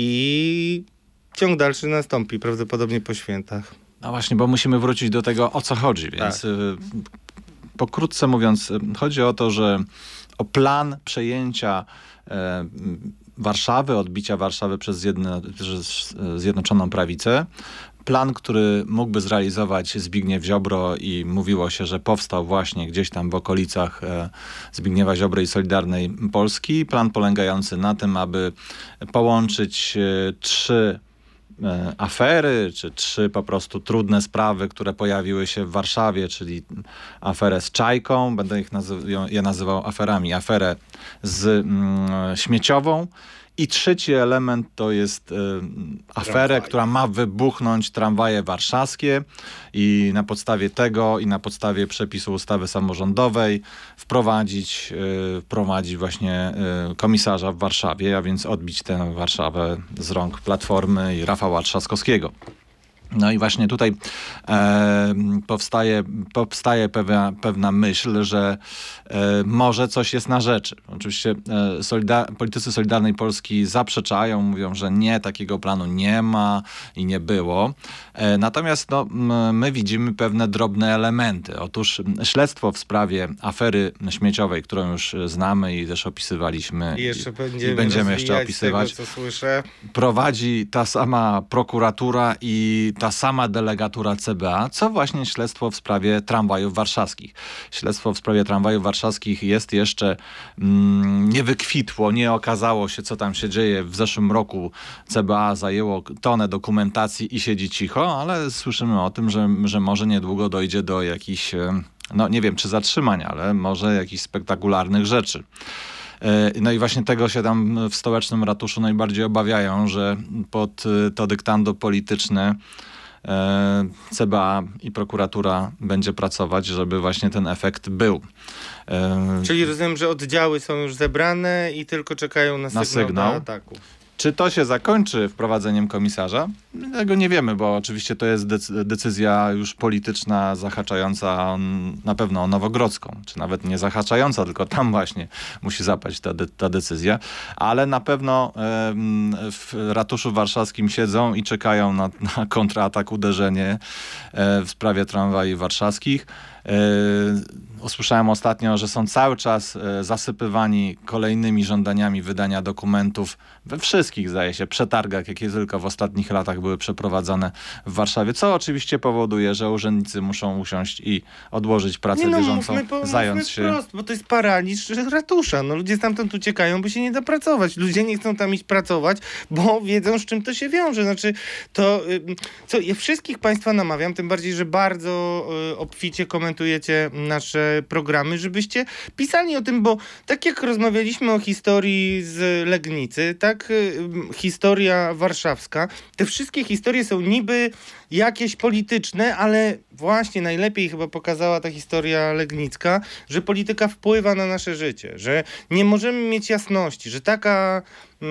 i ciąg dalszy nastąpi, prawdopodobnie po świętach. No właśnie, bo musimy wrócić do tego, o co chodzi, więc tak. y, pokrótce mówiąc, chodzi o to, że o plan przejęcia y, Warszawy, odbicia Warszawy przez, zjedno, przez Zjednoczoną Prawicę. Plan, który mógłby zrealizować Zbigniew Ziobro i mówiło się, że powstał właśnie gdzieś tam w okolicach e, Zbigniewa Ziobry i Solidarnej Polski. Plan polegający na tym, aby połączyć e, trzy e, afery, czy trzy po prostu trudne sprawy, które pojawiły się w Warszawie, czyli aferę z Czajką, będę ich nazy- je nazywał aferami, aferę z mm, śmieciową. I trzeci element to jest y, aferę, Tramwaj. która ma wybuchnąć tramwaje warszawskie i na podstawie tego i na podstawie przepisu ustawy samorządowej wprowadzić, y, wprowadzić właśnie y, komisarza w Warszawie, a więc odbić tę Warszawę z rąk Platformy i Rafała Trzaskowskiego. No i właśnie tutaj e, powstaje, powstaje pewna, pewna myśl, że e, może coś jest na rzeczy. Oczywiście e, solida- politycy Solidarnej Polski zaprzeczają, mówią, że nie, takiego planu nie ma i nie było. E, natomiast no, m, my widzimy pewne drobne elementy. Otóż śledztwo w sprawie afery śmieciowej, którą już znamy i też opisywaliśmy i, jeszcze będziemy, i będziemy jeszcze opisywać, tego, co słyszę. Prowadzi ta sama prokuratura i ta sama delegatura C B A, co właśnie śledztwo w sprawie tramwajów warszawskich. Śledztwo w sprawie tramwajów warszawskich jest jeszcze mm, nie wykwitło, nie okazało się, co tam się dzieje. W zeszłym roku C B A zajęło tonę dokumentacji i siedzi cicho, ale słyszymy o tym, że, że może niedługo dojdzie do jakichś no nie wiem, czy zatrzymań, ale może jakichś spektakularnych rzeczy. No i właśnie tego się tam w stołecznym ratuszu najbardziej obawiają, że pod to dyktando polityczne C B A i prokuratura będzie pracować, żeby właśnie ten efekt był. Czyli rozumiem, że oddziały są już zebrane i tylko czekają na sygnał, na sygnał. ataku. Czy to się zakończy wprowadzeniem komisarza? Tego nie wiemy, bo oczywiście to jest decy- decyzja już polityczna zahaczająca na pewno o Nowogrodzką, czy nawet nie zahaczająca, tylko tam właśnie musi zapaść ta, de- ta decyzja, ale na pewno e, w ratuszu warszawskim siedzą i czekają na, na kontratak, uderzenie e, w sprawie tramwajów warszawskich. E, usłyszałem ostatnio, że są cały czas e, zasypywani kolejnymi żądaniami wydania dokumentów we wszystkich, zdaje się, przetargach, jakie tylko w ostatnich latach były przeprowadzane w Warszawie, co oczywiście powoduje, że urzędnicy muszą usiąść i odłożyć pracę nie no, bieżącą, mówmy po, zająć mówmy się... Wprost, bo to jest paraliż ratusza. No, ludzie stamtąd uciekają, bo się nie da pracować. Ludzie nie chcą tam iść pracować, bo wiedzą, z czym to się wiąże. Znaczy, to... Co, ja wszystkich państwa namawiam, tym bardziej, że bardzo y, obficie komentujecie nasze programy, żebyście pisali o tym, bo tak jak rozmawialiśmy o historii z Legnicy, tak y, historia warszawska, te wszystkie historie są niby jakieś polityczne, ale właśnie najlepiej chyba pokazała ta historia legnicka, że polityka wpływa na nasze życie, że nie możemy mieć jasności, że taka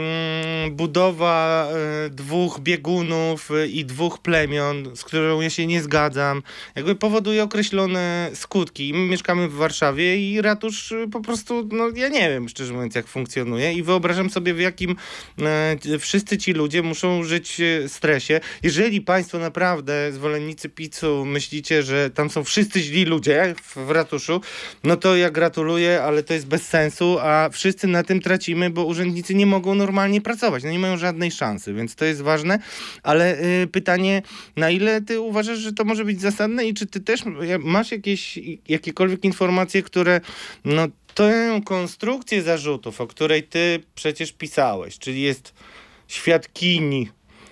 mm, budowa y, dwóch biegunów y, i dwóch plemion, z którą ja się nie zgadzam, jakby powoduje określone skutki. I my mieszkamy w Warszawie i ratusz y, po prostu, no ja nie wiem, szczerze mówiąc, jak funkcjonuje i wyobrażam sobie, w jakim y, wszyscy ci ludzie muszą żyć w stresie. Jeżeli państwo naprawdę zwolennicy PiS-u myślicie, że tam są wszyscy źli ludzie w, w ratuszu, no to ja gratuluję, ale to jest bez sensu, a wszyscy na tym tracimy, bo urzędnicy nie mogą normalnie pracować, no nie mają żadnej szansy, więc to jest ważne, ale y, pytanie, na ile ty uważasz, że to może być zasadne i czy ty też masz jakieś, jakiekolwiek informacje, które no tę konstrukcję zarzutów, o której ty przecież pisałeś, czyli jest świadkini,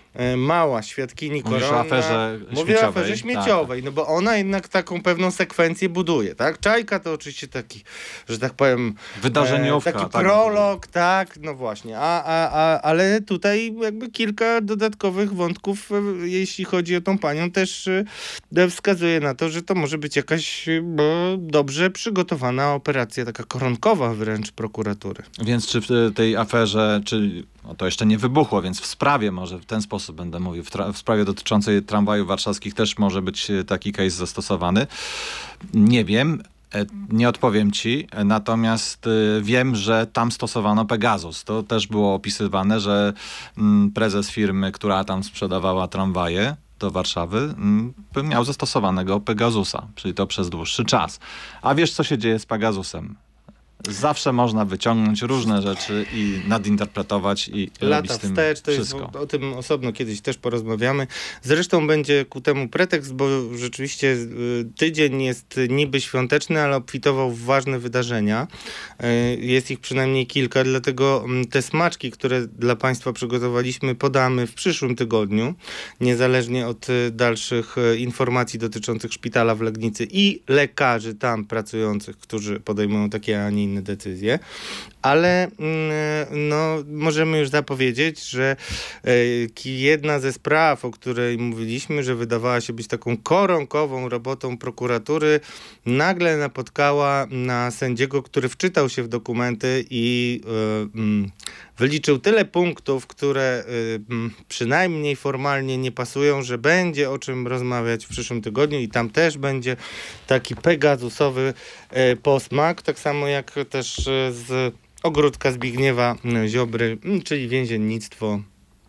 mała świadkini Mówisz koronna. o aferze Mówię śmieciowej. o aferze śmieciowej, tak. No bo ona jednak taką pewną sekwencję buduje, tak? Czajka to oczywiście taki, że tak powiem, wydarzeniówka. E, taki tak. prolog, tak, no właśnie, a, a, a, ale tutaj jakby kilka dodatkowych wątków, jeśli chodzi o tą panią, też wskazuje na to, że to może być jakaś bo, dobrze przygotowana operacja, taka koronkowa wręcz prokuratury. Więc czy w tej aferze, czy no to jeszcze nie wybuchło, więc w sprawie może w ten sposób będę mówił, w, tra- w sprawie dotyczącej tramwajów warszawskich też może być taki case zastosowany. Nie wiem, nie odpowiem ci, natomiast wiem, że tam stosowano Pegasus. To też było opisywane, że prezes firmy, która tam sprzedawała tramwaje do Warszawy, miał zastosowanego Pegasusa, czyli to przez dłuższy czas. A wiesz, co się dzieje z Pegasusem? Zawsze można wyciągnąć różne rzeczy i nadinterpretować i Lata robić z tym wstecz, to wszystko. jest, o, o tym osobno kiedyś też porozmawiamy. Zresztą będzie ku temu pretekst, bo rzeczywiście y, tydzień jest niby świąteczny, ale obfitował w ważne wydarzenia. Y, jest ich przynajmniej kilka, dlatego y, te smaczki, które dla państwa przygotowaliśmy, podamy w przyszłym tygodniu, niezależnie od y, dalszych y, informacji dotyczących szpitala w Legnicy i lekarzy tam pracujących, którzy podejmują takie, a nie inne decyzje, ale no, możemy już zapowiedzieć, że jedna ze spraw, o której mówiliśmy, że wydawała się być taką koronkową robotą prokuratury, nagle napotkała na sędziego, który wczytał się w dokumenty i wyliczył tyle punktów, które przynajmniej formalnie nie pasują, że będzie o czym rozmawiać w przyszłym tygodniu i tam też będzie taki pegasusowy posmak, tak samo jak też z ogródka Zbigniewa Ziobry, czyli więziennictwo.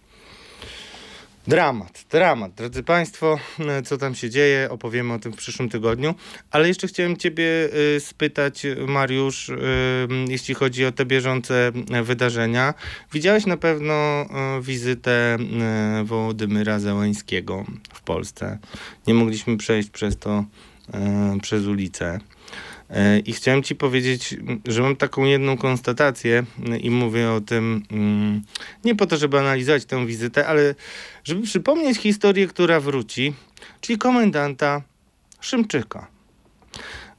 Dramat, dramat. Drodzy Państwo, co tam się dzieje, opowiemy o tym w przyszłym tygodniu. Ale jeszcze chciałem Ciebie y, spytać, Mariusz, y, jeśli chodzi o te bieżące wydarzenia. Widziałeś na pewno y, wizytę y, Wołodymyra Zełańskiego w Polsce. Nie mogliśmy przejść przez to, y, przez ulicę. I chciałem ci powiedzieć, że mam taką jedną konstatację i mówię o tym nie po to, żeby analizować tę wizytę, ale żeby przypomnieć historię, która wróci, czyli komendanta Szymczyka.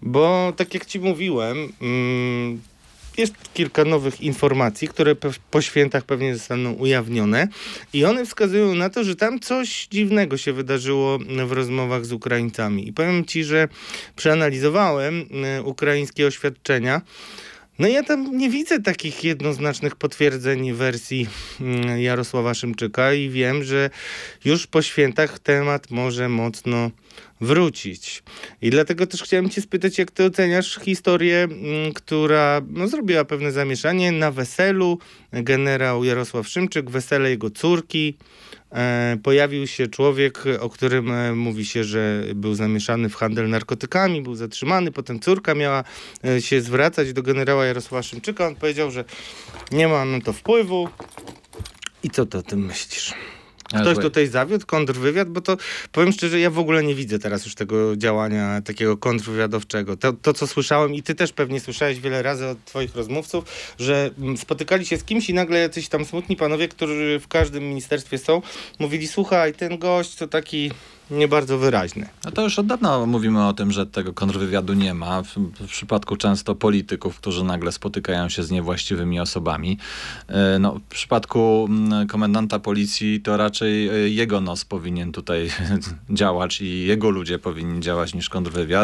Bo tak jak ci mówiłem, mm, jest kilka nowych informacji, które pe- po świętach pewnie zostaną ujawnione i one wskazują na to, że tam coś dziwnego się wydarzyło w rozmowach z Ukraińcami. I powiem ci, że przeanalizowałem y, ukraińskie oświadczenia. No ja tam nie widzę takich jednoznacznych potwierdzeń wersji y, Jarosława Szymczyka i wiem, że już po świętach temat może mocno wrócić. I dlatego też chciałem cię spytać, jak ty oceniasz historię, m, która no, zrobiła pewne zamieszanie na weselu. Generał Jarosław Szymczyk, wesele jego córki. E, pojawił się człowiek, o którym e, mówi się, że był zamieszany w handel narkotykami, był zatrzymany. Potem córka miała e, się zwracać do generała Jarosława Szymczyka. On powiedział, że nie ma na to wpływu. I co ty o tym myślisz? Ktoś tutaj zawiódł, kontrwywiad, bo to powiem szczerze, ja w ogóle nie widzę teraz już tego działania takiego kontrwywiadowczego. To, to co słyszałem i ty też pewnie słyszałeś wiele razy od twoich rozmówców, że spotykali się z kimś i nagle jacyś tam smutni panowie, którzy w każdym ministerstwie są, mówili, słuchaj, ten gość to taki nie bardzo wyraźny. No to już od dawna mówimy o tym, że tego kontrwywiadu nie ma. W, w przypadku często polityków, którzy nagle spotykają się z niewłaściwymi osobami. No, w przypadku komendanta policji to raczej jego nos powinien tutaj działać i jego ludzie powinni działać niż kontrwywiad.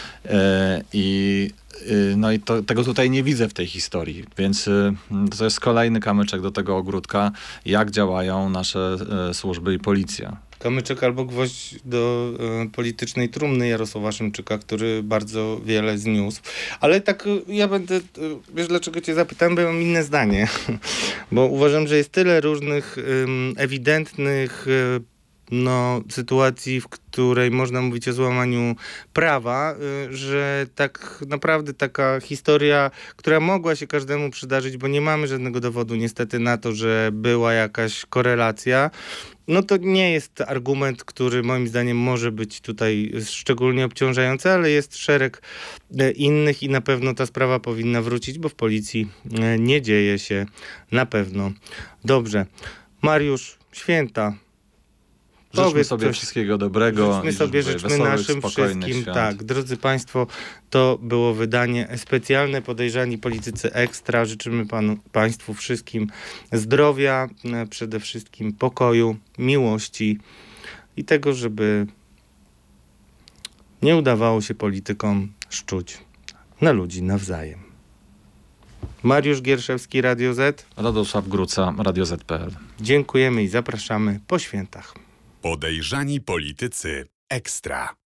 I no i to, tego tutaj nie widzę w tej historii, więc to jest kolejny kamyczek do tego ogródka, jak działają nasze służby i policja. Kamyczek albo gwoźdź do y, politycznej trumny Jarosława Szymczyka, który bardzo wiele zniósł. Ale tak y, ja będę, y, wiesz dlaczego cię zapytałem, bo ja mam inne zdanie. Bo uważam, że jest tyle różnych y, ewidentnych y, no, sytuacji, w której można mówić o złamaniu prawa, y, że tak naprawdę taka historia, która mogła się każdemu przydarzyć, bo nie mamy żadnego dowodu niestety na to, że była jakaś korelacja, no to nie jest argument, który moim zdaniem może być tutaj szczególnie obciążający, ale jest szereg innych i na pewno ta sprawa powinna wrócić, bo w policji nie dzieje się na pewno dobrze. Mariusz, święta. Życzmy Powiedz sobie coś. wszystkiego dobrego. Życzmy i sobie, wesołych, życzmy naszym spokojnych wszystkim. świąt. Tak, drodzy Państwo, to było wydanie specjalne Podejrzani Politycy Ekstra. Życzymy panu, Państwu wszystkim zdrowia, przede wszystkim pokoju, miłości i tego, żeby nie udawało się politykom szczuć na ludzi nawzajem. Mariusz Gierszewski, Radio Z. Radosław Gruca, Radio Z kropka pe el. Dziękujemy i zapraszamy po świętach. Podejrzani Politycy Ekstra.